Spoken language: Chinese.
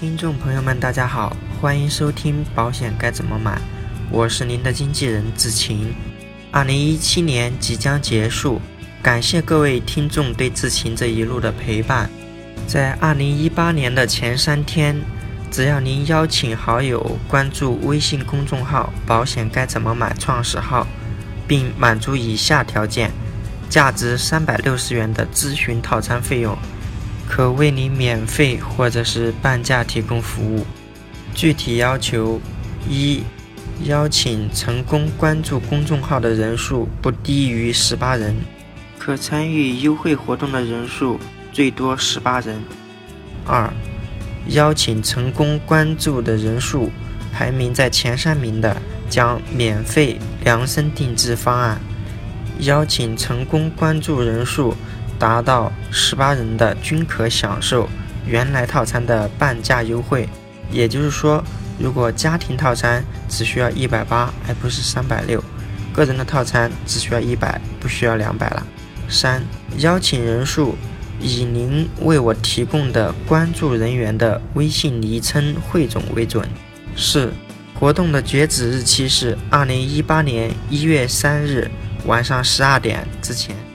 听众朋友们大家好，欢迎收听保险该怎么买，我是您的经纪人子晴。2017年即将结束，感谢各位听众对子晴这一路的陪伴。在2018年的前3天，只要您邀请好友关注微信公众号保险该怎么买创始号，并满足以下条件，价值360元的咨询套餐费用，可为您免费或者是半价提供服务。具体要求：一、邀请成功关注公众号的人数不低于18人，可参与优惠活动的人数最多18人。2、邀请成功关注的人数排名在前3名的，将免费量身定制方案；邀请成功关注人数达到18人的，均可享受原来套餐的半价优惠。也就是说，如果家庭套餐只需要180，而不是360；个人的套餐只需要100，不需要200了。3、邀请人数以您为我提供的关注人员的微信昵称汇总为准。4、活动的截止日期是2018年1月3日晚上12点之前。